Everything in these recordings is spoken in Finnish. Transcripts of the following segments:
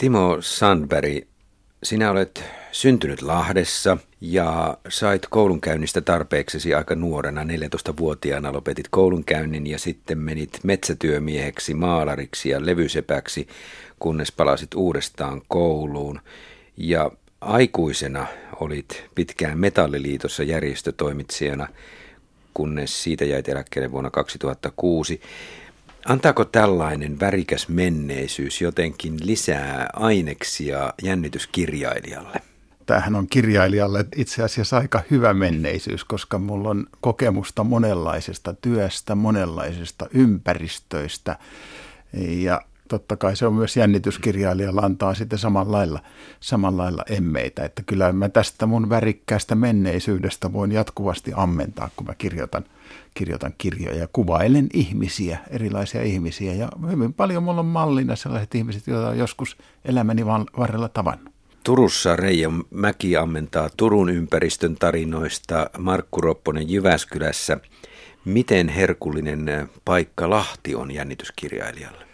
Timo Sandberg, sinä olet syntynyt Lahdessa ja sait koulunkäynnistä tarpeeksesi aika nuorena. 14-vuotiaana lopetit koulunkäynnin ja sitten menit metsätyömieheksi, maalariksi ja levysepäksi, kunnes palasit uudestaan kouluun. Ja aikuisena olit pitkään Metalliliitossa järjestötoimitsijana, kunnes siitä jäit eläkkeelle vuonna 2006. Antaako tällainen värikäs menneisyys jotenkin lisää aineksia jännityskirjailijalle? Tämähän on kirjailijalle itse asiassa aika hyvä menneisyys, koska mulla on kokemusta monenlaisesta työstä, monenlaisista ympäristöistä ja totta kai se on myös jännityskirjailijalla antaa sitten samanlailla emmeitä, että kyllä mä tästä mun värikkäästä menneisyydestä voin jatkuvasti ammentaa, kun mä kirjoitan kirjoja ja kuvailen ihmisiä, erilaisia ihmisiä ja hyvin paljon mulla on mallina sellaiset ihmiset, joita on joskus elämäni varrella tavannut. Turussa Reijo Mäki ammentaa Turun ympäristön tarinoista, Markku Ropponen Jyväskylässä. Miten herkullinen paikka Lahti on jännityskirjailijalle?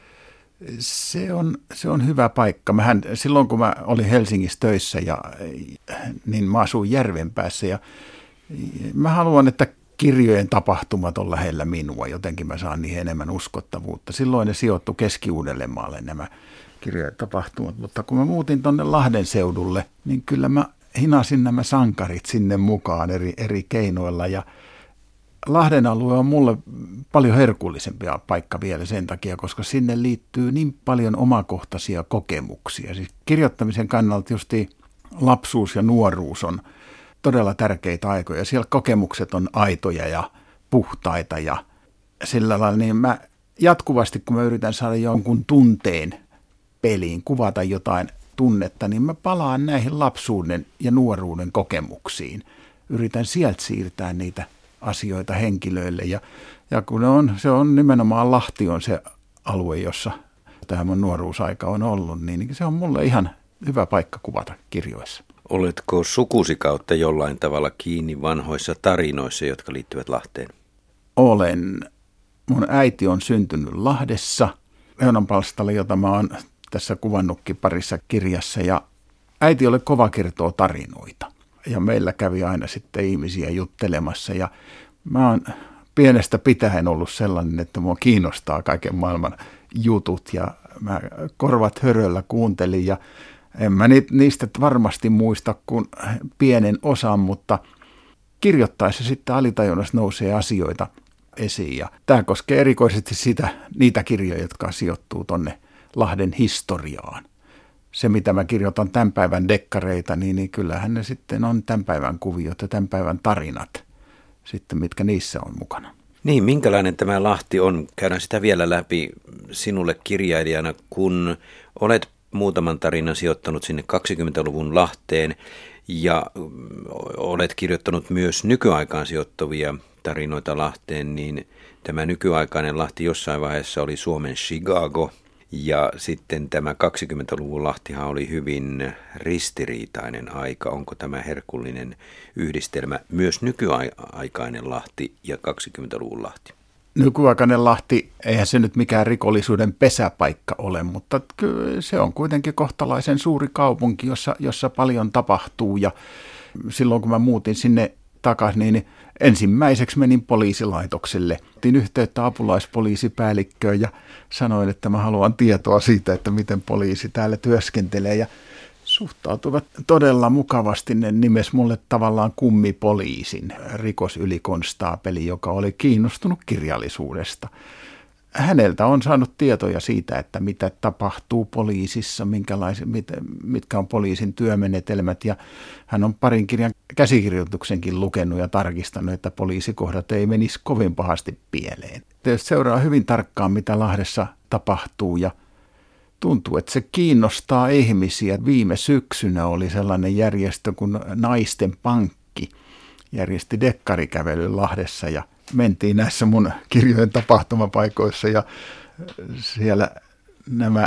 Se on hyvä paikka. Silloin kun mä olin Helsingissä töissä, niin mä asuin Järvenpäässä ja mä haluan, että kirjojen tapahtumat on lähellä minua. Jotenkin mä saan niihin enemmän uskottavuutta. Silloin ne sijoittui Keski-Uudellemaalle nämä kirjojen tapahtumat. Mutta kun mä muutin tonne Lahden seudulle, niin kyllä mä hinasin nämä sankarit sinne mukaan eri keinoilla ja Lahden alue on mulle paljon herkullisempi paikka vielä sen takia, koska sinne liittyy niin paljon omakohtaisia kokemuksia. Siis kirjoittamisen kannalta justi lapsuus ja nuoruus on todella tärkeitä aikoja. Siellä kokemukset on aitoja ja puhtaita ja sillä lailla niin mä jatkuvasti, kun mä yritän saada jonkun tunteen peliin, kuvata jotain tunnetta, niin mä palaan näihin lapsuuden ja nuoruuden kokemuksiin. Yritän sieltä siirtää niitä asioita henkilöille ja kun se on nimenomaan Lahti on se alue, jossa tämä mun nuoruusaika on ollut, niin se on mulle ihan hyvä paikka kuvata kirjoissa. Oletko sukusi kautta jollain tavalla kiinni vanhoissa tarinoissa, jotka liittyvät Lahteen? Olen. Mun äiti on syntynyt Lahdessa, Leonanpalstalla, jota mä oon tässä kuvannutkin parissa kirjassa ja äiti oli kova kertoo tarinoita. Ja meillä kävi aina sitten ihmisiä juttelemassa ja mä oon pienestä pitäen ollut sellainen, että mua kiinnostaa kaiken maailman jutut ja mä korvat höröllä kuuntelin ja en mä niistä varmasti muista kuin pienen osan, mutta kirjoittaessa sitten alitajunnassa nousee asioita esiin ja tämä koskee erikoisesti niitä kirjoja, jotka sijoittuu tonne Lahden historiaan. Se, mitä mä kirjoitan tämän päivän dekkareita, niin kyllähän ne sitten on tämän päivän kuviot ja tämän päivän tarinat, sitten, mitkä niissä on mukana. Niin, minkälainen tämä Lahti on? Käydään sitä vielä läpi sinulle kirjailijana, kun olet muutaman tarinan sijoittanut sinne 20-luvun Lahteen ja olet kirjoittanut myös nykyaikaan sijoittuvia tarinoita Lahteen, niin tämä nykyaikainen Lahti jossain vaiheessa oli Suomen Chicago. Ja sitten tämä 20-luvun Lahtihan oli hyvin ristiriitainen aika. Onko tämä herkullinen yhdistelmä myös nykyaikainen Lahti ja 20-luvun Lahti? Nykyaikainen Lahti, eihän se nyt mikään rikollisuuden pesäpaikka ole, mutta se on kuitenkin kohtalaisen suuri kaupunki, jossa paljon tapahtuu. Ja silloin kun mä muutin sinne takaisin, niin ensimmäiseksi menin poliisilaitokselle. Otin yhteyttä apulaispoliisipäällikköön ja sanoin, että mä haluan tietoa siitä, että miten poliisi täällä työskentelee. Ja suhtautuivat todella mukavasti. Ne nimes mulle tavallaan kummipoliisin, rikosylikonstaapeli, joka oli kiinnostunut kirjallisuudesta. Häneltä on saanut tietoja siitä, että mitä tapahtuu poliisissa, mitkä on poliisin työmenetelmät ja hän on parin kirjan käsikirjoituksenkin lukenut ja tarkistanut, että poliisikohdat ei menisi kovin pahasti pieleen. Tietysti seuraa hyvin tarkkaan, mitä Lahdessa tapahtuu ja tuntuu, että se kiinnostaa ihmisiä. Viime syksynä oli sellainen järjestö kuin Naisten Pankki, järjesti dekkarikävelyn Lahdessa ja mentiin näissä mun kirjojen tapahtumapaikoissa ja siellä nämä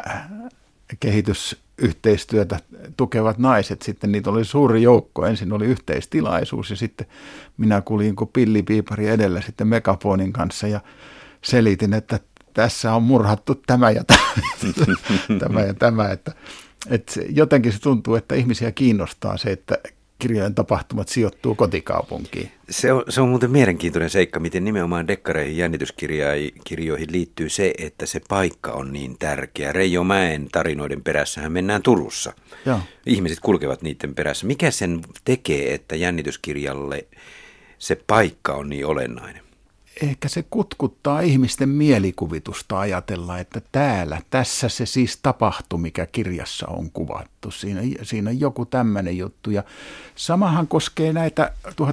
kehitysyhteistyötä tukevat naiset, sitten niitä oli suuri joukko. Ensin oli yhteistilaisuus ja sitten minä kuljin kuin pillipiipari edellä sitten megafonin kanssa ja selitin, että tässä on murhattu tämä ja tämä, että Jotenkin se tuntuu, että ihmisiä kiinnostaa se, että kirjojen tapahtumat sijoittuu kotikaupunkiin. Se on muuten mielenkiintoinen seikka, miten nimenomaan dekkareihin jännityskirjoihin liittyy se, että se paikka on niin tärkeä. Reijo Mäen tarinoiden perässähän mennään Turussa. Joo. Ihmiset kulkevat niiden perässä. Mikä sen tekee, että jännityskirjalle se paikka on niin olennainen? Ehkä se kutkuttaa ihmisten mielikuvitusta ajatella, että tässä se siis tapahtui, mikä kirjassa on kuvattu. Siinä on joku tämmöinen juttu. Ja samahan koskee näitä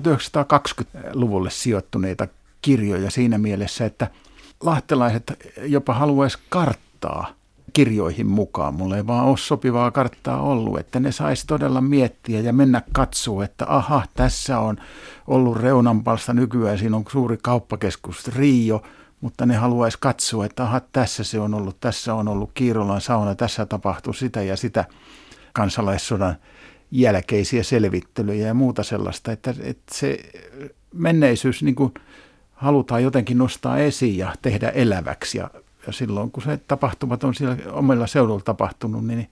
1920-luvulle sijoittuneita kirjoja siinä mielessä, että lahtelaiset jopa haluaisi karttaa kirjoihin mukaan. Mulla ei vaan ole sopivaa karttaa ollut, että ne saisi todella miettiä ja mennä katsoa, että aha, tässä on ollut Reunanpalsta, nykyään siinä on suuri kauppakeskus Rio, mutta ne haluaisi katsoa, että aha, tässä on ollut Kiirolan sauna, tässä tapahtui sitä ja sitä kansalaissodan jälkeisiä selvittelyjä ja muuta sellaista, että se menneisyys niin kuin halutaan jotenkin nostaa esiin ja tehdä eläväksi ja silloin, kun se tapahtumat on siellä omilla seudulla tapahtunut, niin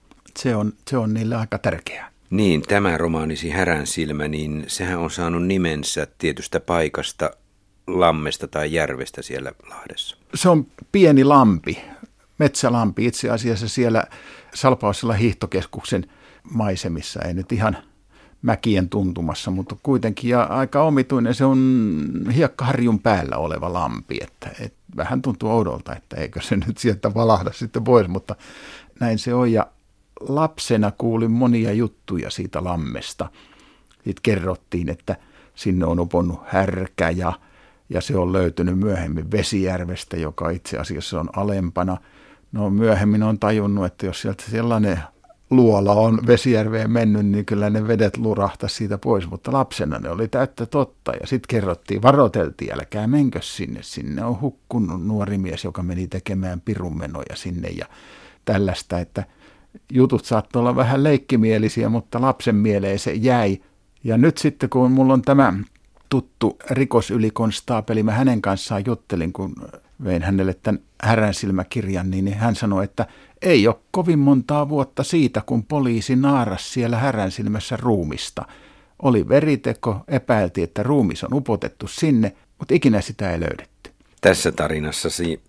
se on niille aika tärkeää. Niin, tämä romaanisi Häränsilmä, niin sehän on saanut nimensä tietystä paikasta, lammesta tai järvestä siellä Lahdessa. Se on pieni lampi, metsälampi itse asiassa siellä Salpausselän hiihtokeskuksen maisemissa, ei nyt ihan mäkien tuntumassa, mutta kuitenkin ja aika omituinen. Se on hiekkaharjun päällä oleva lampi, että vähän tuntuu oudolta, että eikö se nyt sieltä valahda sitten pois, mutta näin se on. Ja lapsena kuulin monia juttuja siitä lammesta. Sitten kerrottiin, että sinne on uponnut härkä ja se on löytynyt myöhemmin Vesijärvestä, joka itse asiassa on alempana. No myöhemmin on tajunnut, että jos sieltä sellainen luola on Vesijärveen mennyt, niin kyllä ne vedet lurahtaisi siitä pois, mutta lapsena ne oli täyttä totta. Ja sitten kerrottiin, varoiteltiin, älkää menkö sinne on hukkunut nuori mies, joka meni tekemään pirunmenoja sinne ja tällaista, että jutut saattoi olla vähän leikkimielisiä, mutta lapsen mieleen se jäi. Ja nyt sitten, kun mulla on tämä tuttu rikosylikonstaapeli, mä hänen kanssaan juttelin, kun vein hänelle tämän Häränsilmäkirjan, niin hän sanoi, että ei ole kovin montaa vuotta siitä, kun poliisi naarasi siellä Häränsilmässä ruumista. Oli veriteko, epäiltiin, että ruumis on upotettu sinne, mutta ikinä sitä ei löydetty. Tässä tarinassasi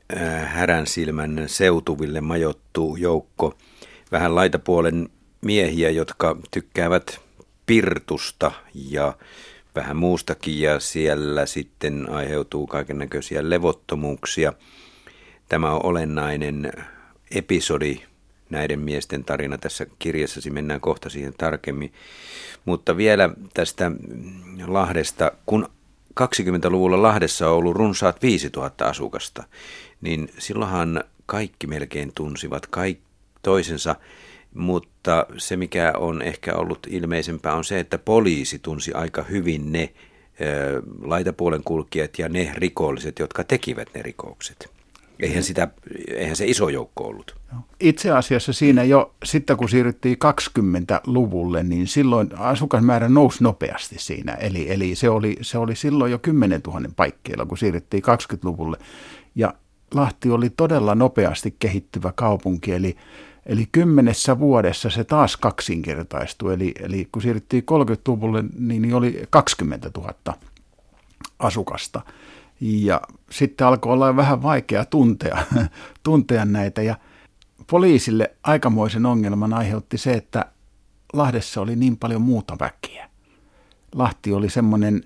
Häränsilmän seutuville majoittuu joukko vähän laitapuolen miehiä, jotka tykkäävät pirtusta ja vähän muustakin, ja siellä sitten aiheutuu kaikennäköisiä levottomuuksia. Tämä on olennainen episodi, näiden miesten tarina tässä kirjassasi, mennään kohta siihen tarkemmin. Mutta vielä tästä Lahdesta, kun 20-luvulla Lahdessa on ollut runsaat 5000 asukasta, niin silloinhan kaikki melkein tunsivat toisensa, mutta se mikä on ehkä ollut ilmeisempää on se, että poliisi tunsi aika hyvin ne laitapuolen kulkijat ja ne rikolliset, jotka tekivät ne rikokset. Eihän se iso joukko ollut. Itse asiassa siinä jo sitten kun siirryttiin 20-luvulle, niin silloin asukasmäärä nousi nopeasti siinä. Eli se oli silloin jo 10 000 paikkeilla, kun siirryttiin 20-luvulle. Ja Lahti oli todella nopeasti kehittyvä kaupunki, eli 10 vuodessa se taas kaksinkertaistui. Eli kun siirryttiin 30-luvulle, niin oli 20 000 asukasta. Ja sitten alkoi olla vähän vaikea tuntea näitä. Ja poliisille aikamoisen ongelman aiheutti se, että Lahdessa oli niin paljon muuta väkeä. Lahti oli semmoinen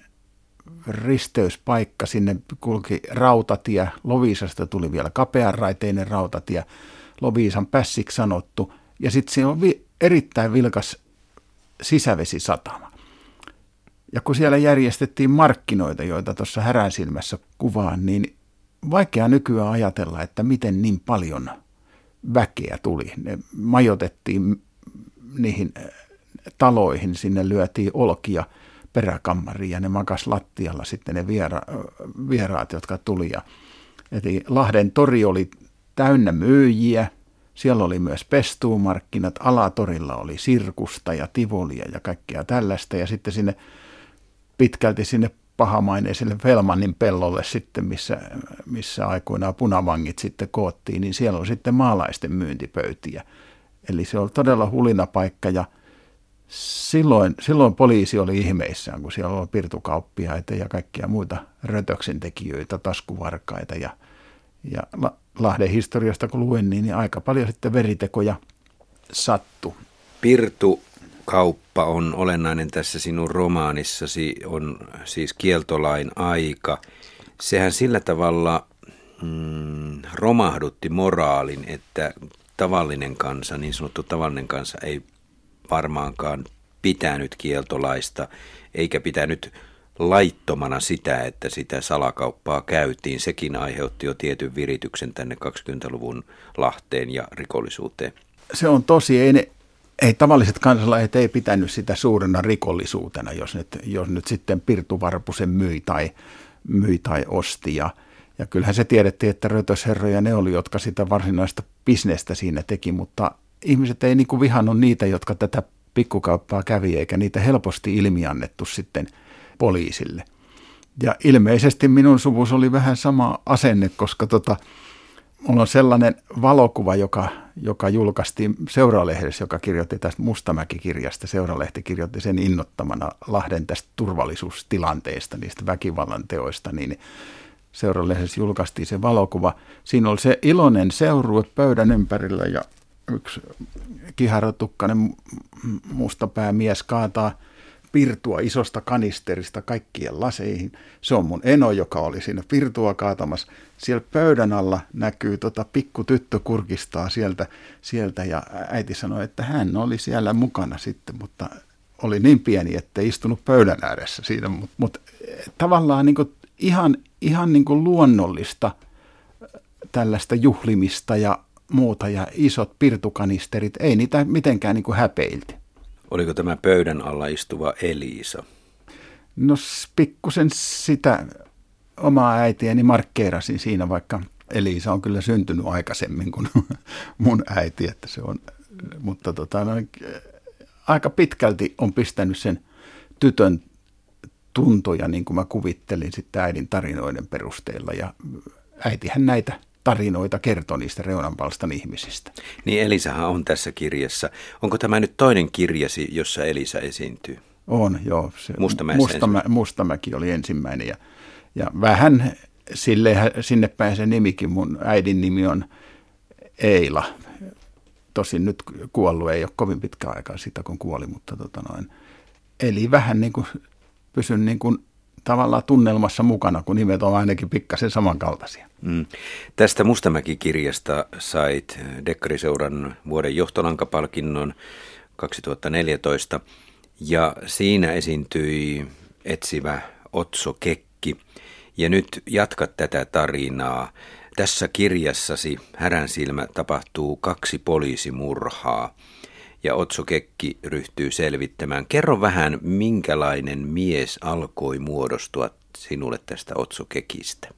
risteyspaikka, sinne kulki rautatie. Loviisasta tuli vielä kapeanraiteinen rautatie, Loviisan pässiksi sanottu. Ja sitten siinä on erittäin vilkas sisävesisatama. Ja kun siellä järjestettiin markkinoita, joita tuossa Häränsilmässä kuvaan, niin vaikea nykyään ajatella, että miten niin paljon väkeä tuli. Ne majoitettiin niihin taloihin, sinne lyötiin olkia peräkammariin ja ne makas lattialla sitten ne vieraat, jotka tuli. Eli Lahden tori oli täynnä myyjiä, siellä oli myös pestuumarkkinat, alatorilla oli sirkusta ja tivolia ja kaikkea tällaista ja sitten pitkälti sinne pahamaineiselle Felmanin pellolle sitten, missä aikoinaan punavangit sitten koottiin, niin siellä on sitten maalaisten myyntipöytiä. Eli se oli todella hulina paikka ja silloin poliisi oli ihmeissään, kun siellä oli pirtukauppiaita ja kaikkia muita rötöksentekijöitä, taskuvarkaita ja Lahden historiasta kun luen, niin aika paljon sitten veritekoja sattui. Pirtukauppa on olennainen tässä sinun romaanissasi, on siis kieltolain aika. Sehän sillä tavalla romahdutti moraalin, että tavallinen kansa, niin sanottu tavallinen kansa ei varmaankaan pitänyt kieltolaista, eikä pitänyt laittomana sitä, että sitä salakauppaa käytiin. Sekin aiheutti jo tietyn virityksen tänne 20-luvun Lahteen ja rikollisuuteen. Se on tosi, ei tavalliset kansalaiset ei pitänyt sitä suurena rikollisuutena, jos nyt sitten pirtuvarpusen myi tai osti. Ja kyllähän se tiedettiin, että rötösherroja ne oli, jotka sitä varsinaista bisnestä siinä teki, mutta ihmiset ei niin kuin vihannut niitä, jotka tätä pikkukauppaa kävi, eikä niitä helposti ilmiannettu sitten poliisille. Ja ilmeisesti minun suvus oli vähän sama asenne, koska mulla on sellainen valokuva, joka julkaistiin Seuralehdessä, joka kirjoitti tästä Mustamäki-kirjasta. Seuralehti kirjoitti sen innottamana Lahden tästä turvallisuustilanteesta, niistä väkivallan teoista, niin Seuralehdessä julkaistiin se valokuva. Siinä oli se iloinen seurue pöydän ympärillä ja yksi kiharotukkainen mustapäämies kaataa pirtua isosta kanisterista kaikkien laseihin. Se on mun eno, joka oli siinä pirtua kaatamassa. Siellä pöydän alla näkyy pikku tyttö kurkistaa sieltä ja äiti sanoi, että hän oli siellä mukana sitten, mutta oli niin pieni, että ei istunut pöydän ääressä siinä. Mutta tavallaan niin kuin ihan niin kuin luonnollista tällaista juhlimista ja muuta ja isot pirtukanisterit, ei niitä mitenkään niin kuin häpeilty. Oliko tämä pöydän alla istuva Elisa? No pikkusen sitä omaa äitiäni markkeerasin siinä, vaikka Elisa on kyllä syntynyt aikaisemmin kuin mun äiti, että se on, mutta aika pitkälti on pistänyt sen tytön tuntoja, niin kuin mä kuvittelin sitten äidin tarinoiden perusteella ja äitihän näitä tarinoita kertoo niistä Reunanpalstan ihmisistä. Niin Elisahan on tässä kirjassa. Onko tämä nyt toinen kirjasi, jossa Elisa esiintyy? On, joo. Mustamäki oli ensimmäinen ja vähän sinne päin se nimikin. Mun äidin nimi on Eila. Tosin nyt kuollut, ei ole kovin pitkä aikaa siitä kun kuoli, mutta eli vähän niin kuin pysyn niin kuin tavallaan tunnelmassa mukana, kun nimet on ainakin pikkasen samankaltaisia. Tästä Mustamäki-kirjasta sait Dekkariseuran vuoden johtolankapalkinnon 2014 ja siinä esiintyi etsivä Otso Kekki. Ja nyt jatkat tätä tarinaa. Tässä kirjassasi Häränsilmä tapahtuu 2 poliisimurhaa. Ja Otso Kekki ryhtyy selvittämään. Kerro vähän, minkälainen mies alkoi muodostua sinulle tästä Otso Kekistä.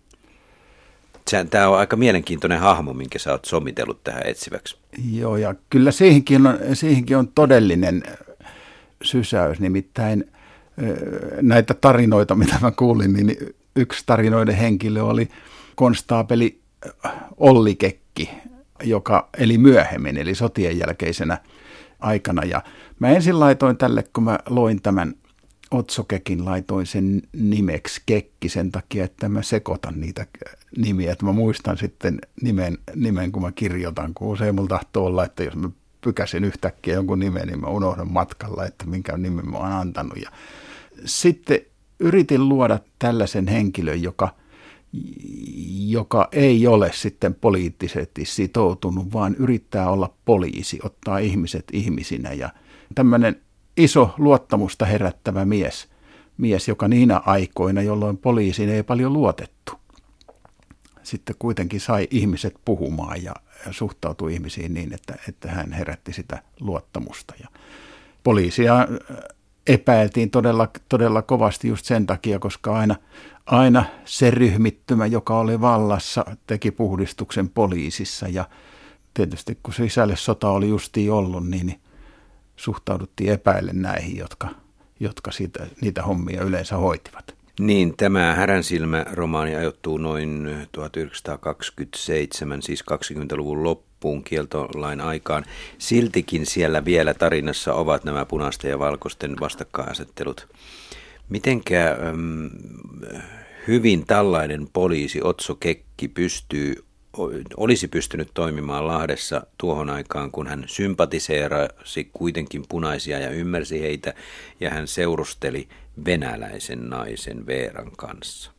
Tämä on aika mielenkiintoinen hahmo, minkä sä oot somitellut tähän etsiväksi. Joo, ja kyllä siihenkin on todellinen sysäys. Nimittäin näitä tarinoita, mitä mä kuulin, niin yksi tarinoiden henkilö oli konstaapeli Olli Kekki, joka eli myöhemmin, eli sotien jälkeisenä aikana. Ja mä ensin laitoin tälle, kun mä loin tämän Otso Kekin, laitoin sen nimeksi Kekki sen takia, että mä sekoitan niitä nimiä. Että mä muistan sitten nimen, kun mä kirjoitan, kun usein mulla tahtoo olla, että jos mä pykäsin yhtäkkiä jonkun nimen, niin mä unohdan matkalla, että minkä nimen mä oon antanut. Ja sitten yritin luoda tällaisen henkilön, joka ei ole sitten poliittisesti sitoutunut, vaan yrittää olla poliisi, ottaa ihmiset ihmisinä ja tämmöinen iso luottamusta herättävä mies, joka niinä aikoina, jolloin poliisiin ei paljon luotettu, sitten kuitenkin sai ihmiset puhumaan ja suhtautui ihmisiin niin, että hän herätti sitä luottamusta. Ja poliisia epäiltiin todella kovasti just sen takia, koska aina se ryhmittymä, joka oli vallassa, teki puhdistuksen poliisissa ja tietysti kun sisällissota oli justiin ollut, niin suhtauduttiin epäillen näihin, jotka niitä hommia yleensä hoitivat. Niin, tämä Häränsilmä-romaani ajoittuu noin 1927, siis 20-luvun loppuun. puunkieltolain aikaan. Siltikin siellä vielä tarinassa ovat nämä punaisten ja valkoisten vastakkainasettelut. Mitenkä hyvin tällainen poliisi Otso Kekki olisi pystynyt toimimaan Lahdessa tuohon aikaan, kun hän sympatiseerasi kuitenkin punaisia ja ymmärsi heitä, ja hän seurusteli venäläisen naisen Veeran kanssa?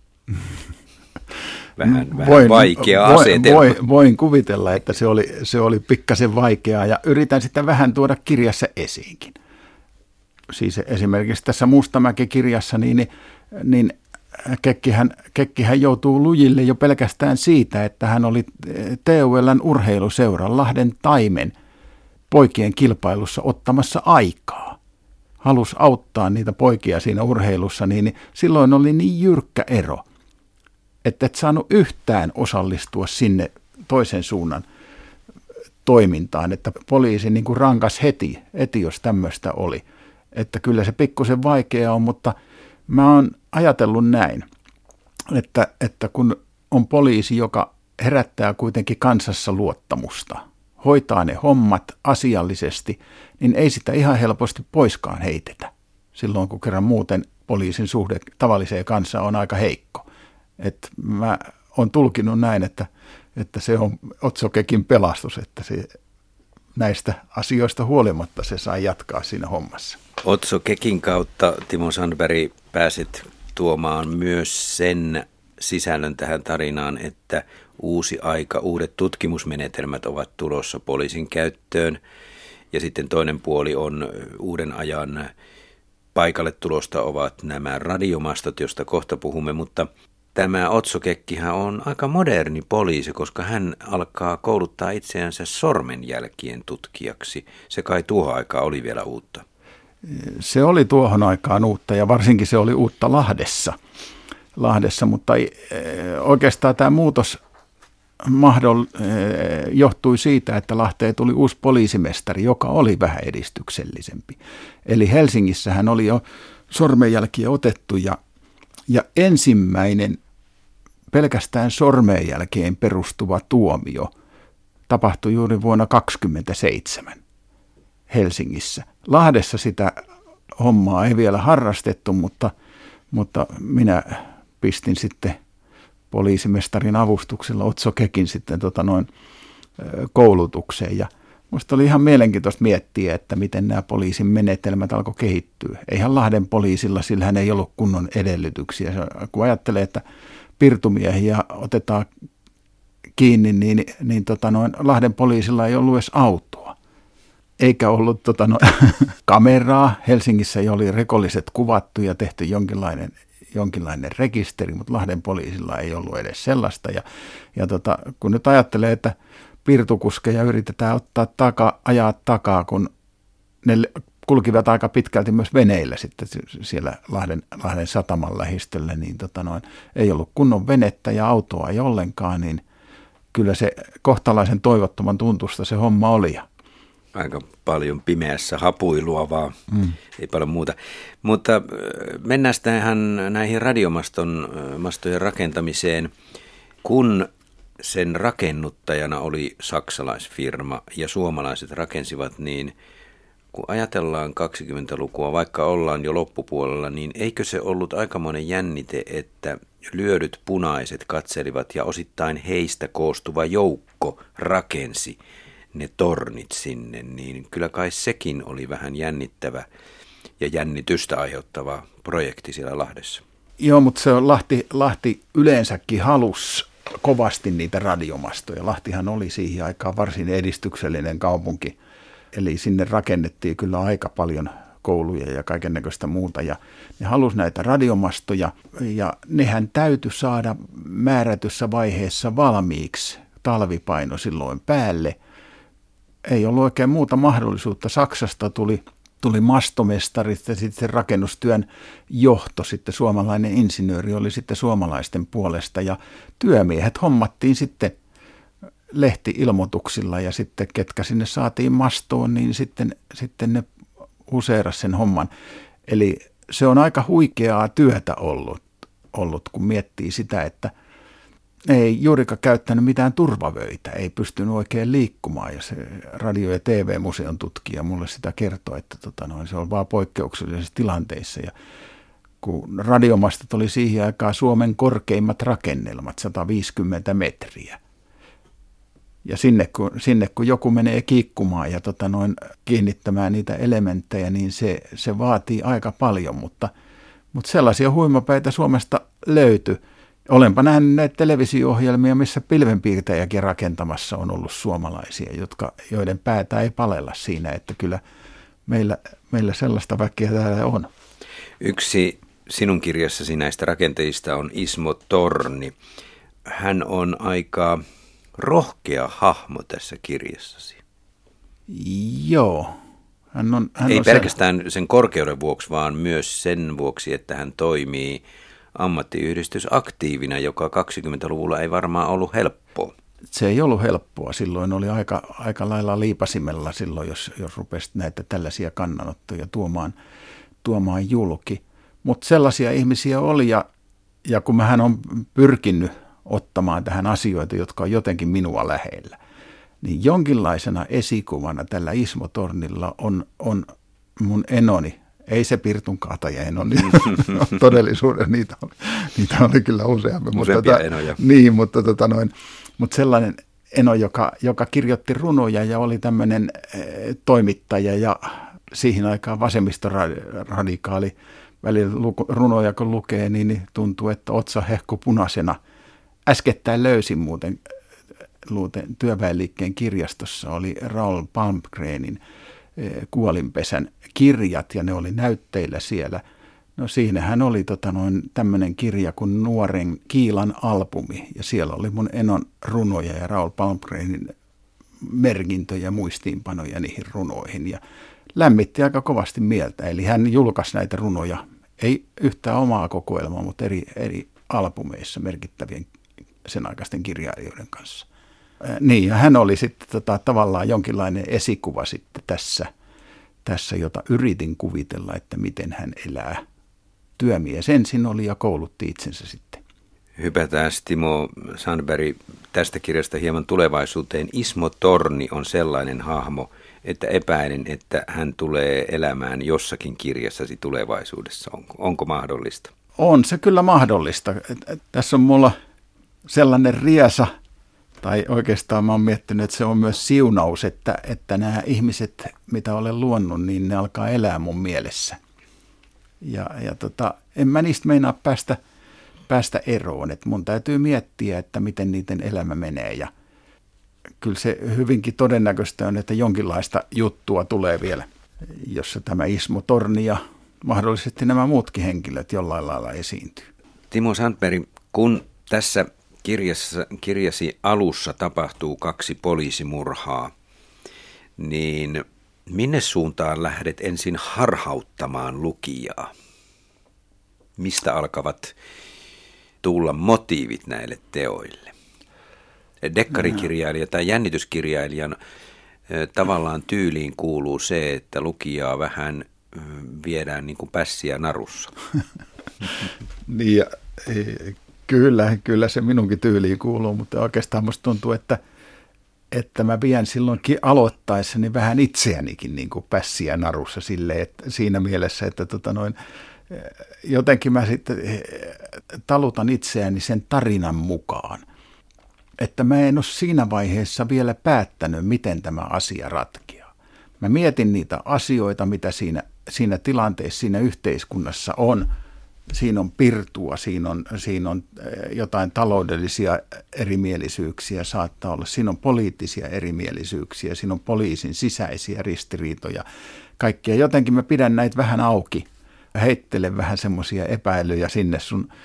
Vähän vaikea asetelma. Voin kuvitella, että se oli pikkasen vaikeaa, ja yritän sitä vähän tuoda kirjassa esiinkin. Siis esimerkiksi tässä Mustamäki-kirjassa, niin Kekkihän joutuu lujille jo pelkästään siitä, että hän oli TUL:n urheiluseuran Lahden Taimen poikien kilpailussa ottamassa aikaa. Halusi auttaa niitä poikia siinä urheilussa, niin silloin oli niin jyrkkä ero, että et saanut yhtään osallistua sinne toisen suunnan toimintaan, että poliisi niin kuin rankas heti, jos tämmöistä oli. Että kyllä se pikkusen vaikea on, mutta mä oon ajatellut näin, että kun on poliisi, joka herättää kuitenkin kansassa luottamusta, hoitaa ne hommat asiallisesti, niin ei sitä ihan helposti poiskaan heitetä. Silloin kun kerran muuten poliisin suhde tavalliseen kansaan on aika heikko. Että mä oon tulkinut näin, että se on Otso Kekin pelastus, että se näistä asioista huolimatta se sai jatkaa siinä hommassa. Otso Kekin kautta, Timo Sandberg, pääsit tuomaan myös sen sisällön tähän tarinaan, että uusi aika, uudet tutkimusmenetelmät ovat tulossa poliisin käyttöön. Ja sitten toinen puoli on uuden ajan paikalle tulosta ovat nämä radiomastot, josta kohta puhumme, mutta tämä Otso Kekkihän on aika moderni poliisi, koska hän alkaa kouluttaa itseänsä sormenjälkien tutkijaksi. Se kai tuohon aikaan oli vielä uutta. Se oli tuohon aikaan uutta, ja varsinkin se oli uutta Lahdessa, mutta oikeastaan tämä muutos johtui siitä, että Lahteen tuli uusi poliisimestari, joka oli vähän edistyksellisempi. Eli Helsingissähän oli jo sormenjälkiä otettu, ja ensimmäinen pelkästään sormenjälkeen perustuva tuomio tapahtui juuri vuonna 1927 Helsingissä. Lahdessa sitä hommaa ei vielä harrastettu, mutta minä pistin sitten poliisimestarin avustuksella Otso Kekin sitten koulutukseen. Ja musta oli ihan mielenkiintoista miettiä, että miten nämä poliisin menetelmät alkoi kehittyä. Eihän Lahden poliisilla, sillähän ei ollut kunnon edellytyksiä. Kun ajattelee, että pirtumiehiä otetaan kiinni, niin Lahden poliisilla ei ollut edes autoa. Eikä ollut kameraa. Helsingissä jo oli rikolliset kuvattu ja tehty jonkinlainen rekisteri, mutta Lahden poliisilla ei ollut edes sellaista. Ja kun nyt ajattelee, että pirtukuskeja yritetään ottaa ajaa takaa, kun ne kulkivat aika pitkälti myös veneillä sitten siellä Lahden sataman lähistöllä, niin ei ollut kunnon venettä ja autoa ei ollenkaan, niin kyllä se kohtalaisen toivottoman tuntusta se homma oli. Aika paljon pimeässä hapuilua vaan, ei paljon muuta. Mutta mennään tähän näihin radiomastojen rakentamiseen. Kun sen rakennuttajana oli saksalaisfirma ja suomalaiset rakensivat, niin kun ajatellaan 20-lukua, vaikka ollaan jo loppupuolella, niin eikö se ollut aikamoinen jännite, että lyödyt punaiset katselivat ja osittain heistä koostuva joukko rakensi ne tornit sinne, niin kyllä kai sekin oli vähän jännittävä ja jännitystä aiheuttava projekti siellä Lahdessa. Joo, mutta se on Lahti yleensäkin halusi kovasti niitä radiomastoja. Lahtihan oli siihen aikaan varsin edistyksellinen kaupunki, eli sinne rakennettiin kyllä aika paljon kouluja ja kaikennäköistä muuta, ja ne halusi näitä radiomastoja, ja nehän täytyi saada määrätyssä vaiheessa valmiiksi, talvipaino silloin päälle. Ei ollut oikein muuta mahdollisuutta. Saksasta tuli mastomestarit ja sitten rakennustyön johto, sitten suomalainen insinööri oli sitten suomalaisten puolesta, ja työmiehet hommattiin sitten lehti-ilmoituksilla, ja sitten ketkä sinne saatiin mastoon, niin sitten ne huseerasi sen homman. Eli se on aika huikeaa työtä ollut kun miettii sitä, että ei juurikaan käyttänyt mitään turvavöitä, ei pystynyt oikein liikkumaan. Ja se radio- ja TV-museon tutkija mulle sitä kertoi, että se on vaan poikkeuksellisissa tilanteissa. Ja kun radiomastot oli siihen aikaan Suomen korkeimmat rakennelmat, 150 metriä. Ja sinne kun joku menee kiikkumaan ja kiinnittämään niitä elementtejä, niin se vaatii aika paljon, mutta sellaisia huimapäitä Suomesta löytyi. Olenpa nähnyt näitä televisio-ohjelmia, missä pilvenpiirtäjäkin rakentamassa on ollut suomalaisia, joiden päätä ei palella siinä, että kyllä meillä sellaista väkeä täällä on. Yksi sinun kirjassasi näistä rakentajista on Ismo Torni. Hän on aika rohkea hahmo tässä kirjassasi. Joo. Hän ei pelkästään sen korkeuden vuoksi, vaan myös sen vuoksi, että hän toimii ammattiyhdistysaktiivina, joka 20-luvulla ei varmaan ollut helppoa. Se ei ollut helppoa. Silloin oli aika lailla liipasimella silloin, jos rupesi näitä tällaisia kannanottoja tuomaan julki. Mutta sellaisia ihmisiä oli, ja kun mähän on pyrkinyt ottamaan tähän asioita, jotka on jotenkin minua lähellä, niin jonkinlaisena esikuvana tällä Ismo Tornilla on mun enoni. Ei se Pirtun kaataja enoni. Todellisuudessa niitä oli kyllä useammin. Useampia enoja. Niin, mutta sellainen eno, joka kirjoitti runoja ja oli tämmöinen toimittaja ja siihen aikaan vasemmistoradikaali. Välillä runoja kun lukee, niin tuntuu, että otsa hehku punaisena. Äskettäin löysin muuten Työväenliikkeen kirjastossa oli Raoul Palmgrenin Kuolinpesän kirjat ja ne oli näytteillä siellä. No siinähän oli tämmöinen kirja kuin Nuoren Kiilan albumi ja siellä oli mun enon runoja ja Raoul Palmgrenin merkintöjä, muistiinpanoja niihin runoihin ja lämmitti aika kovasti mieltä. Eli hän julkaisi näitä runoja, ei yhtään omaa kokoelmaa, mutta eri albumeissa merkittävien sen aikaisten kirjailijoiden kanssa. Niin, ja hän oli sitten tavallaan jonkinlainen esikuva sitten tässä, jota yritin kuvitella, että miten hän elää. Työmies ensin oli ja koulutti itsensä sitten. Hypätään Timo Sandberg tästä kirjasta hieman tulevaisuuteen. Ismo Torni on sellainen hahmo, että epäilen, että hän tulee elämään jossakin kirjassasi tulevaisuudessa. Onko mahdollista? On se kyllä mahdollista. Tässä on mulla sellainen riesa, tai oikeastaan mä oon miettinyt, että se on myös siunaus, että nämä ihmiset, mitä olen luonut, niin ne alkaa elää mun mielessä. Ja en mä niistä meinaa päästä eroon, että mun täytyy miettiä, että miten niiden elämä menee. Ja kyllä se hyvinkin todennäköistä on, että jonkinlaista juttua tulee vielä, jossa tämä Ismo Torni ja mahdollisesti nämä muutkin henkilöt jollain lailla esiintyy. Timo Sandberg, kun tässä kirjasi alussa tapahtuu 2 poliisimurhaa, niin minne suuntaan lähdet ensin harhauttamaan lukijaa? Mistä alkavat tulla motiivit näille teoille? Dekkarikirjailija tai jännityskirjailijan tavallaan tyyliin kuuluu se, että lukijaa vähän viedään niin kuin pässiä narussa. Niin ja kyllä se minunkin tyyliin kuuluu, mutta oikeastaan musta tuntuu, että mä vien silloinkin aloittaessani vähän itseänikin niin kuin pässiä narussa silleen, että siinä mielessä, että jotenkin mä sitten talutan itseäni sen tarinan mukaan. Että mä en ole siinä vaiheessa vielä päättänyt, miten tämä asia ratkeaa. Mä mietin niitä asioita, mitä siinä tilanteessa, siinä yhteiskunnassa on. Siinä on pirtua, siinä on jotain taloudellisia erimielisyyksiä saattaa olla. Siinä on poliittisia erimielisyyksiä, siinä on poliisin sisäisiä ristiriitoja. Kaikkea jotenkin mä pidän näitä vähän auki. Heittelen vähän semmoisia epäilyjä sinne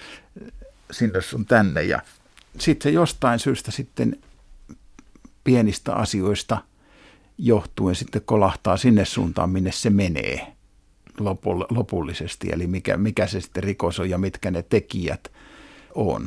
sun tänne ja sitten se jostain syystä sitten pienistä asioista johtuen sitten kolahtaa sinne suuntaan, minne se menee lopullisesti. Eli mikä se sitten rikos on ja mitkä ne tekijät on.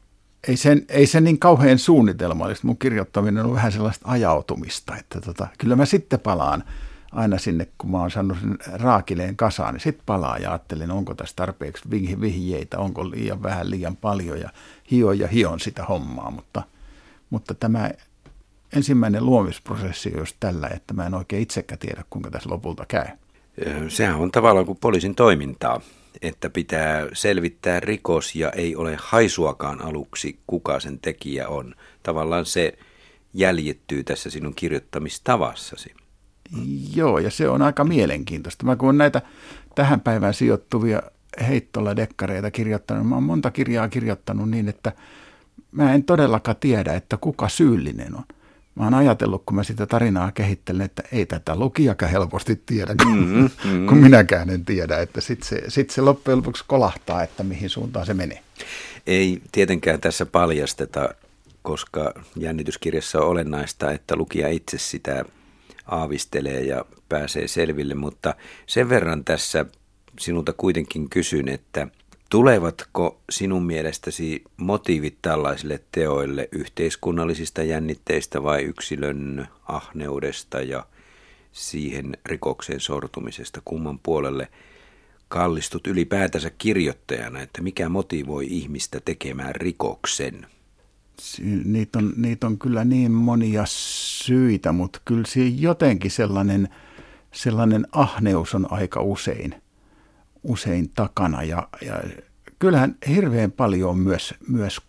Ei se niin kauhean suunnitelmallista. Mun kirjoittaminen on vähän sellaista ajautumista, että kyllä mä sitten palaan aina sinne, kun mä oon saanut sen raakileen kasaan, niin sitten palaa ja ajattelen, onko tässä tarpeeksi vihjeitä, onko liian vähän, liian paljon ja hion sitä hommaa, mutta tämä ensimmäinen luomisprosessi on just tällä, että mä en oikein itsekään tiedä, kuinka tässä lopulta käy. Sehän on tavallaan kuin poliisin toimintaa, että pitää selvittää rikos ja ei ole haisuakaan aluksi, kuka sen tekijä on. Tavallaan se jäljittyy tässä sinun kirjoittamistavassasi. Joo, ja se on aika mielenkiintoista. Mä kun olen näitä tähän päivään sijoittuvia heittola-dekkareita kirjoittanut, mä oon monta kirjaa kirjoittanut niin, että mä en todellakaan tiedä, että kuka syyllinen on. Mä oon ajatellut, kun mä sitä tarinaa kehittelen, että ei tätä lukijakaan helposti tiedä, kun minäkään en tiedä, että sit se loppujen lopuksi kolahtaa, että mihin suuntaan se menee. Ei tietenkään tässä paljasteta, koska jännityskirjassa on olennaista, että lukija itse sitä aavistelee ja pääsee selville, mutta sen verran tässä sinulta kuitenkin kysyn, että tulevatko sinun mielestäsi motiivit tällaisille teoille yhteiskunnallisista jännitteistä vai yksilön ahneudesta ja siihen rikokseen sortumisesta? Kumman puolelle kallistut ylipäätänsä kirjoittajana, että mikä motivoi ihmistä tekemään rikoksen? Niitä on kyllä niin monia syitä, mutta kyllä siinä jotenkin sellainen ahneus on aika usein takana ja kyllähän hirveän paljon on myös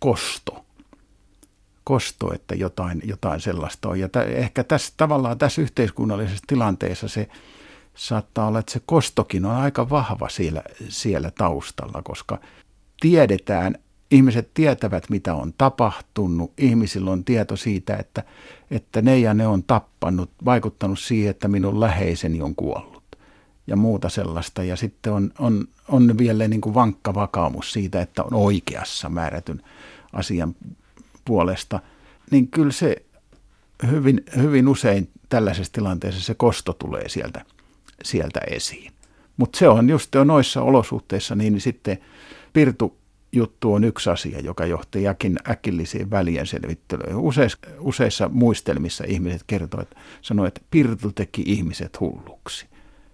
kosto, että jotain sellaista on. Ja ehkä tässä yhteiskunnallisessa tilanteessa se saattaa olla, että se kostokin on aika vahva siellä taustalla, koska ihmiset tietävät, mitä on tapahtunut. Ihmisillä on tieto siitä, että ne ja ne on tappanut, vaikuttanut siihen, että minun läheiseni on kuollut ja muuta sellaista. Ja sitten on vielä niin kuin vankka vakaumus siitä, että on oikeassa määrätyn asian puolesta. Niin kyllä se hyvin, hyvin usein tällaisessa tilanteessa se kosto tulee sieltä esiin. Mutta se on just noissa olosuhteissa, niin sitten pirtujuttu on yksi asia, joka johtaa äkillisiin välienselvittelyihin. Useissa muistelmissa ihmiset sanoo, että pirtu teki ihmiset hulluksi.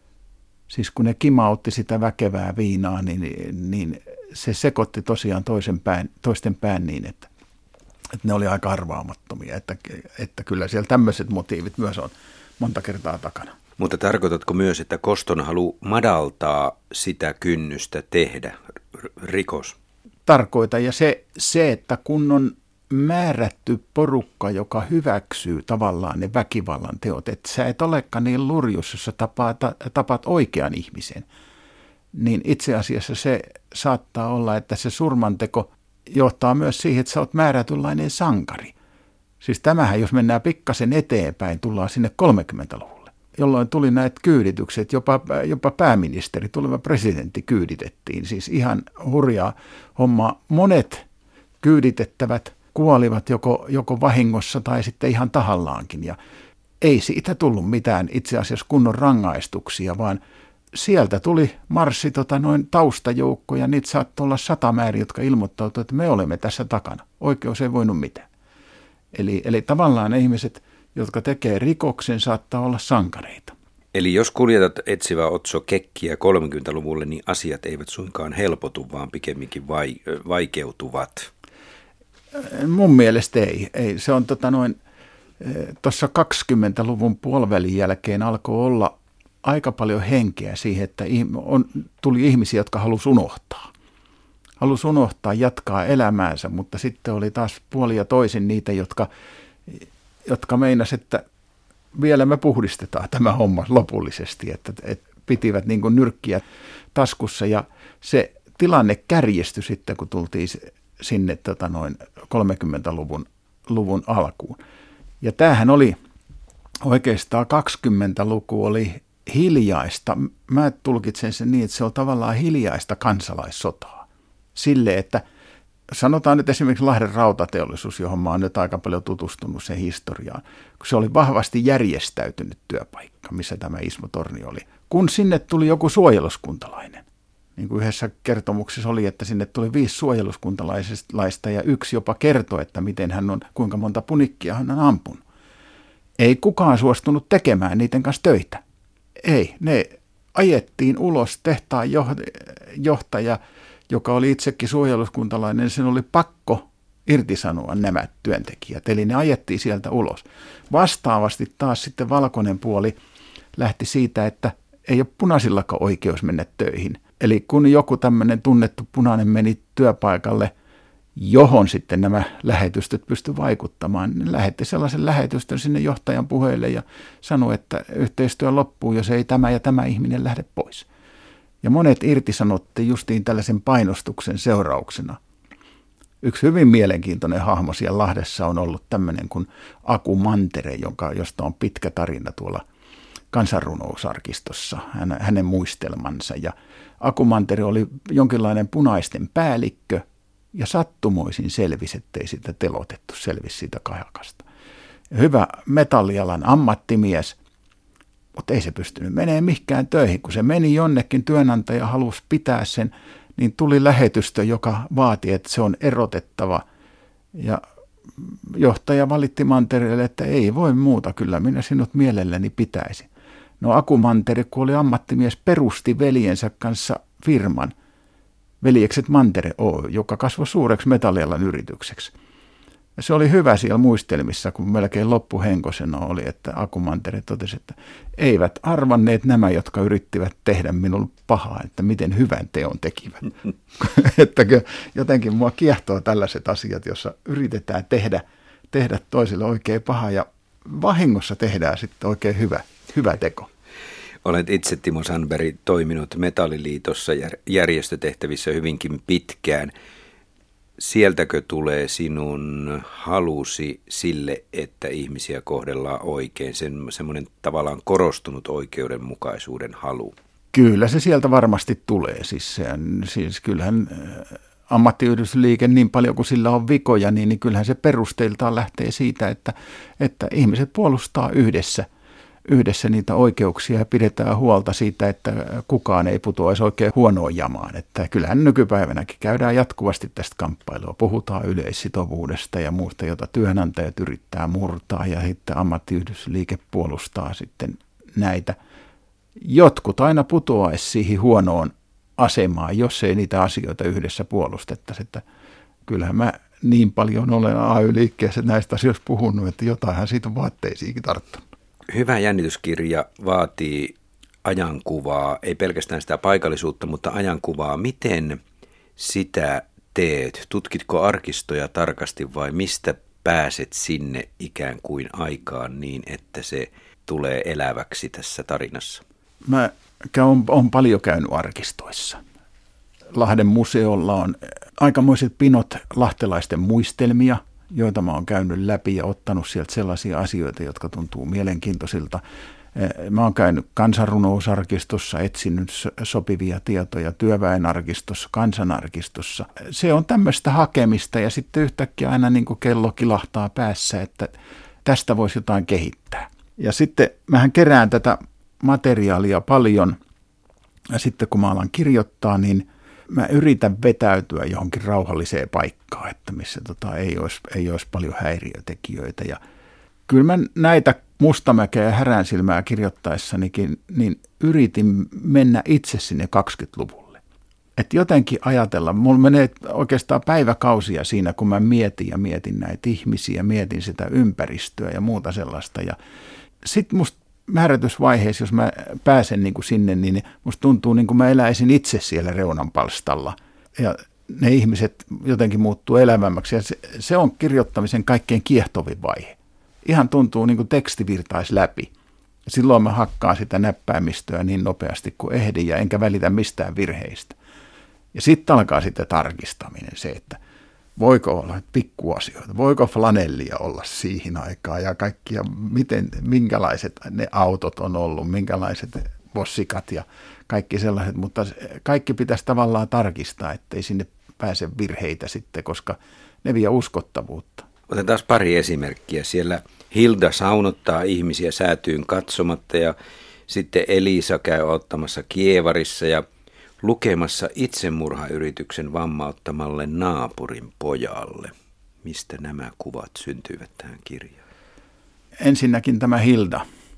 Siis kun ne kimautti sitä väkevää viinaa, niin se sekoitti tosiaan toisten pään niin, että ne oli aika arvaamattomia, että kyllä siellä tämmöiset motiivit myös on monta kertaa takana. Mutta tarkoitatko myös, että koston halu madaltaa sitä kynnystä tehdä rikos? Tarkoitan, ja se, että kun on määrätty porukka, joka hyväksyy tavallaan ne väkivallan teot, että sä et olekaan niin lurjus, jos sä tapaat oikean ihmisen, niin itse asiassa se saattaa olla, että se surmanteko johtaa myös siihen, että sä oot määrätynlainen sankari. Siis tämähän, jos mennään pikkasen eteenpäin, tullaan sinne 30-luvulle, jolloin tuli näitä kyyditykset, jopa pääministeri, tuleva presidentti kyyditettiin. Siis ihan hurjaa hommaa. Monet kyyditettävät kuolivat joko vahingossa tai sitten ihan tahallaankin. Ja ei siitä tullut mitään itse asiassa kunnon rangaistuksia, vaan sieltä tuli marssi taustajoukkoja, niitä saattoi olla 100 määrin, jotka ilmoittautuivat, että me olemme tässä takana. Oikeus ei voinut mitään. Eli tavallaan ne ihmiset, jotka tekee rikoksen, saattaa olla sankareita. Eli jos kuljetat etsivä Otso Kekkiä 30-luvulle, niin asiat eivät suinkaan helpotu, vaan pikemminkin vaikeutuvat. Mun mielestä ei. Se on tuossa 20-luvun puolivälin jälkeen alkoi olla aika paljon henkeä siihen, että tuli ihmisiä, jotka halusi unohtaa, jatkaa elämäänsä, mutta sitten oli taas puoli ja toisin niitä, jotka meinasivat, että vielä me puhdistetaan tämä homma lopullisesti, että pitivät niin kuin nyrkkiä taskussa ja se tilanne kärjestyi sitten, kun tultiin sinne 30-luvun alkuun. Ja tämähän oli oikeastaan 20-luku oli hiljaista. Mä tulkitsen sen niin, että se on tavallaan hiljaista kansalaissotaa. Sille, että sanotaan nyt esimerkiksi Lahden rautateollisuus, johon mä oon nyt aika paljon tutustunut sen historiaan, kun se oli vahvasti järjestäytynyt työpaikka, missä tämä Ismo Torni oli. Kun sinne tuli joku suojeluskuntalainen, niin kuin yhdessä kertomuksessa oli, että sinne tuli 5 suojeluskuntalaista ja yksi jopa kertoi, että kuinka monta punikkia hän on ampunut. Ei kukaan suostunut tekemään niiden kanssa töitä. Ei, ne ajettiin ulos. Tehtaan johtaja, joka oli itsekin suojeluskuntalainen, sen oli pakko irtisanoa nämä työntekijät. Eli ne ajettiin sieltä ulos. Vastaavasti taas sitten valkoinen puoli lähti siitä, että ei ole punaisillakaan oikeus mennä töihin. Eli kun joku tämmöinen tunnettu punainen meni työpaikalle, johon sitten nämä lähetystöt pystyivät vaikuttamaan, niin lähetti sellaisen lähetystön sinne johtajan puheille ja sanoi, että yhteistyö loppuu, jos ei tämä ja tämä ihminen lähde pois. Ja monet irtisanottiin justiin tällaisen painostuksen seurauksena. Yksi hyvin mielenkiintoinen hahmo siellä Lahdessa on ollut tämmöinen kuin Aku Mantere, josta on pitkä tarina tuolla Kansanrunousarkistossa, hänen muistelmansa. Ja Aku Mantere oli jonkinlainen punaisten päällikkö ja sattumoisin selvisi, ettei sitä telotettu, selvisi siitä kahakasta. Hyvä metallialan ammattimies, mutta ei se pystynyt menemään mihinkään töihin. Kun se meni jonnekin, työnantaja halusi pitää sen, niin tuli lähetystö, joka vaati, että se on erotettava. Ja johtaja valitti Mantereelle, että ei voi muuta, kyllä minä sinut mielelläni pitäisin. No Aku Mantere, kun oli ammattimies, perusti veljensä kanssa firman, Veljekset Mantere Oy, joka kasvoi suureksi metallialan yritykseksi. Ja se oli hyvä siellä muistelmissa, kun melkein loppuhenkosena oli, että Aku Mantere totesi, että eivät arvanneet nämä, jotka yrittivät tehdä minulle pahaa, että miten hyvän teon tekivät. Että jotenkin mua kiehtoo tällaiset asiat, jossa yritetään tehdä toiselle oikein paha ja vahingossa tehdään sitten oikein hyvä teko. Olet itse, Timo Sandberg, toiminut Metalliliitossa järjestötehtävissä hyvinkin pitkään. Sieltäkö tulee sinun halusi sille, että ihmisiä kohdellaan oikein, semmoinen tavallaan korostunut oikeudenmukaisuuden halu? Kyllä se sieltä varmasti tulee. Siis kyllähän ammattiyhdistysliike niin paljon kuin sillä on vikoja, niin kyllähän se perusteiltaan lähtee siitä, että ihmiset puolustaa yhdessä niitä oikeuksia ja pidetään huolta siitä, että kukaan ei putoaisi oikein huonoon jamaan. Että kyllähän nykypäivänäkin käydään jatkuvasti tästä kamppailua. Puhutaan yleissitovuudesta ja muusta, jota työnantajat yrittää murtaa ja sitten ammattiyhdistysliike puolustaa sitten näitä. Jotkut aina putoaisi siihen huonoon asemaan, jos ei niitä asioita yhdessä puolustettaisi. Että kyllähän mä niin paljon olen AY-liikkeessä näistä asioista puhunut, että jotainhan siitä on vaatteisiinkin tarttunut. Hyvä jännityskirja vaatii ajankuvaa, ei pelkästään sitä paikallisuutta, mutta ajankuvaa. Miten sitä teet? Tutkitko arkistoja tarkasti vai mistä pääset sinne ikään kuin aikaan niin, että se tulee eläväksi tässä tarinassa? Mä olen paljon käynyt arkistoissa. Lahden museolla on aikamoiset pinot lahtelaisten muistelmia, joita mä oon käynyt läpi ja ottanut sieltä sellaisia asioita, jotka tuntuu mielenkiintoisilta. Mä oon käynyt Kansanrunousarkistossa, etsinyt sopivia tietoja, työväenarkistossa, kansanarkistossa. Se on tämmöistä hakemista ja sitten yhtäkkiä aina niin kuin kello kilahtaa päässä, että tästä voisi jotain kehittää. Ja sitten mähän kerään tätä materiaalia paljon ja sitten kun mä alan kirjoittaa, niin mä yritän vetäytyä johonkin rauhalliseen paikkaan, että missä ei olisi paljon häiriötekijöitä. Ja kyllä mä näitä Mustamäkeä ja Häränsilmää kirjoittaessanikin, niin yritin mennä itse sinne 20-luvulle. Että jotenkin ajatella, mulla menee oikeastaan päiväkausia siinä, kun mä mietin näitä ihmisiä, mietin sitä ympäristöä ja muuta sellaista. Ja sitten musta määrätysvaiheessa, jos mä pääsen niin kuin sinne, niin musta tuntuu niin kuin mä eläisin itse siellä reunan palstalla. Ja ne ihmiset jotenkin muuttuu elävämmäksi ja se on kirjoittamisen kaikkein kiehtovin vaihe. Ihan tuntuu niin kuin teksti virtaisi läpi. Silloin mä hakkaan sitä näppäimistöä niin nopeasti kuin ehdin ja enkä välitä mistään virheistä. Ja sitten alkaa sitten tarkistaminen se, että voiko olla pikkuasioita, voiko flanellia olla siihen aikaan ja kaikkia, minkälaiset ne autot on ollut, minkälaiset vossikat ja kaikki sellaiset, mutta kaikki pitäisi tavallaan tarkistaa, ettei sinne pääse virheitä sitten, koska ne vie uskottavuutta. Otetaan pari esimerkkiä. Siellä Hilda saunottaa ihmisiä säätyyn katsomatta ja sitten Elisa käy ottamassa kievarissa ja lukemassa itsemurhayrityksen vammauttamalle naapurin pojalle. Mistä nämä kuvat syntyivät tähän kirjaan? Ensinnäkin tämä Hilda.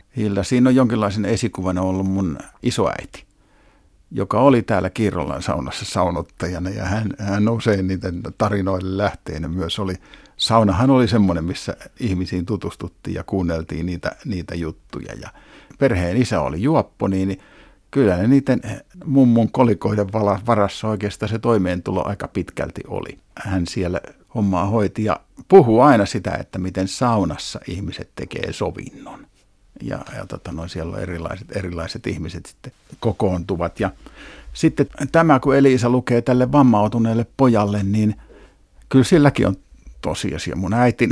Hilda, siinä on jonkinlaisen esikuvana ollut mun isoäiti, joka oli täällä Kiirrolan saunassa saunottajana ja hän usein niiden tarinoille lähteenä myös oli. Saunahan oli semmoinen, missä ihmisiin tutustuttiin ja kuunneltiin niitä juttuja ja perheen isä oli juoppo, niin kyllä ne niiden mummun kolikoiden varassa oikeastaan se toimeentulo aika pitkälti oli. Hän siellä hommaa hoiti ja puhuu aina sitä, että miten saunassa ihmiset tekee sovinnon. Ja siellä on erilaiset ihmiset sitten kokoontuvat. Ja sitten tämä, kun Eliisa lukee tälle vammautuneelle pojalle, niin kyllä silläkin on tosiasia. Mun äitini,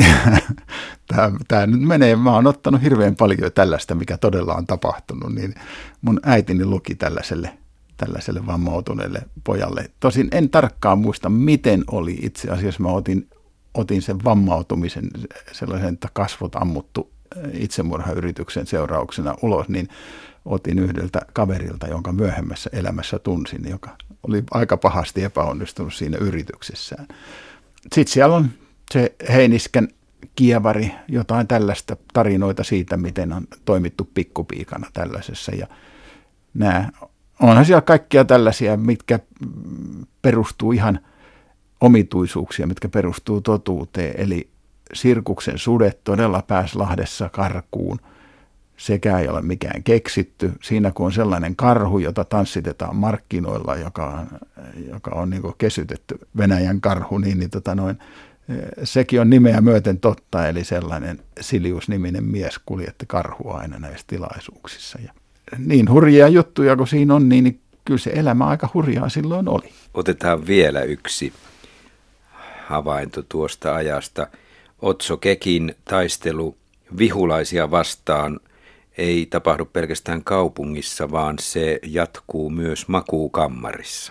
tämä nyt menee, mä oon ottanut hirveän paljon tällaista, mikä todella on tapahtunut, niin mun äitini luki tällaiselle vammautuneelle pojalle. Tosin en tarkkaan muista, miten oli itse asiassa. Mä otin sen vammautumisen sellaisen, että kasvot ammuttu itsemurhayrityksen seurauksena ulos, niin otin yhdeltä kaverilta, jonka myöhemmässä elämässä tunsin, joka oli aika pahasti epäonnistunut siinä yrityksessään. Sitten siellä on se Heiniskän kievari, jotain tällaista tarinoita siitä, miten on toimittu pikkupiikana tällaisessa. Ja onhan siellä kaikkia tällaisia, mitkä perustuu ihan omituisuuksia, mitkä perustuu totuuteen. Eli Sirkuksen sudet todella pääsi Lahdessa karkuun. Sekään ei ole mikään keksitty. Siinä kun on sellainen karhu, jota tanssitetaan markkinoilla, joka on niin kuin kesytetty Venäjän karhu, sekin on nimeä myöten totta. Eli sellainen Silius-niminen mies kuljetti karhua aina näissä tilaisuuksissa. Ja niin hurjia juttuja kuin siinä on, niin kyllä se elämä aika hurjaa silloin oli. Otetaan vielä yksi havainto tuosta ajasta. Otso Kekin taistelu vihulaisia vastaan ei tapahdu pelkästään kaupungissa, vaan se jatkuu myös makuukammarissa.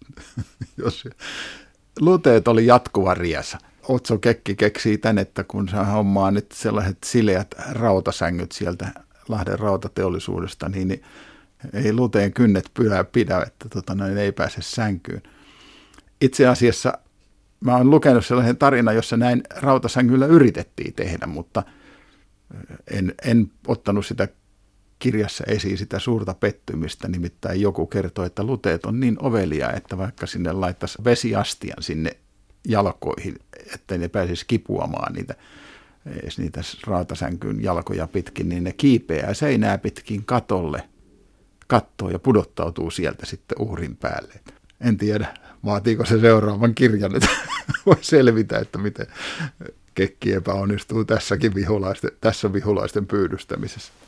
Luteet oli jatkuva riesa. Otso Kekki keksii tän, että kun se hommaa nyt sellaiset sileät rautasängyt sieltä Lahden rautateollisuudesta, niin ei luteen kynnet pidä, että ei pääse sänkyyn. Itse asiassa mä oon lukenut sellaisen tarinan, jossa näin rautasängyllä yritettiin tehdä, mutta en ottanut sitä kirjassa esiin sitä suurta pettymystä. Nimittäin joku kertoi, että luteet on niin ovelia, että vaikka sinne laittaisi vesiastian sinne jalkoihin, että ne pääsisi kipuamaan niitä rautasänkyn jalkoja pitkin, niin ne kiipeää seinää pitkin kattoon ja pudottautuu sieltä sitten uhrin päälle. En tiedä, vaatiiko se seuraavan kirjan, että voi selvitä, että miten Kekki epäonnistuu tässä vihulaisten pyydystämisessä.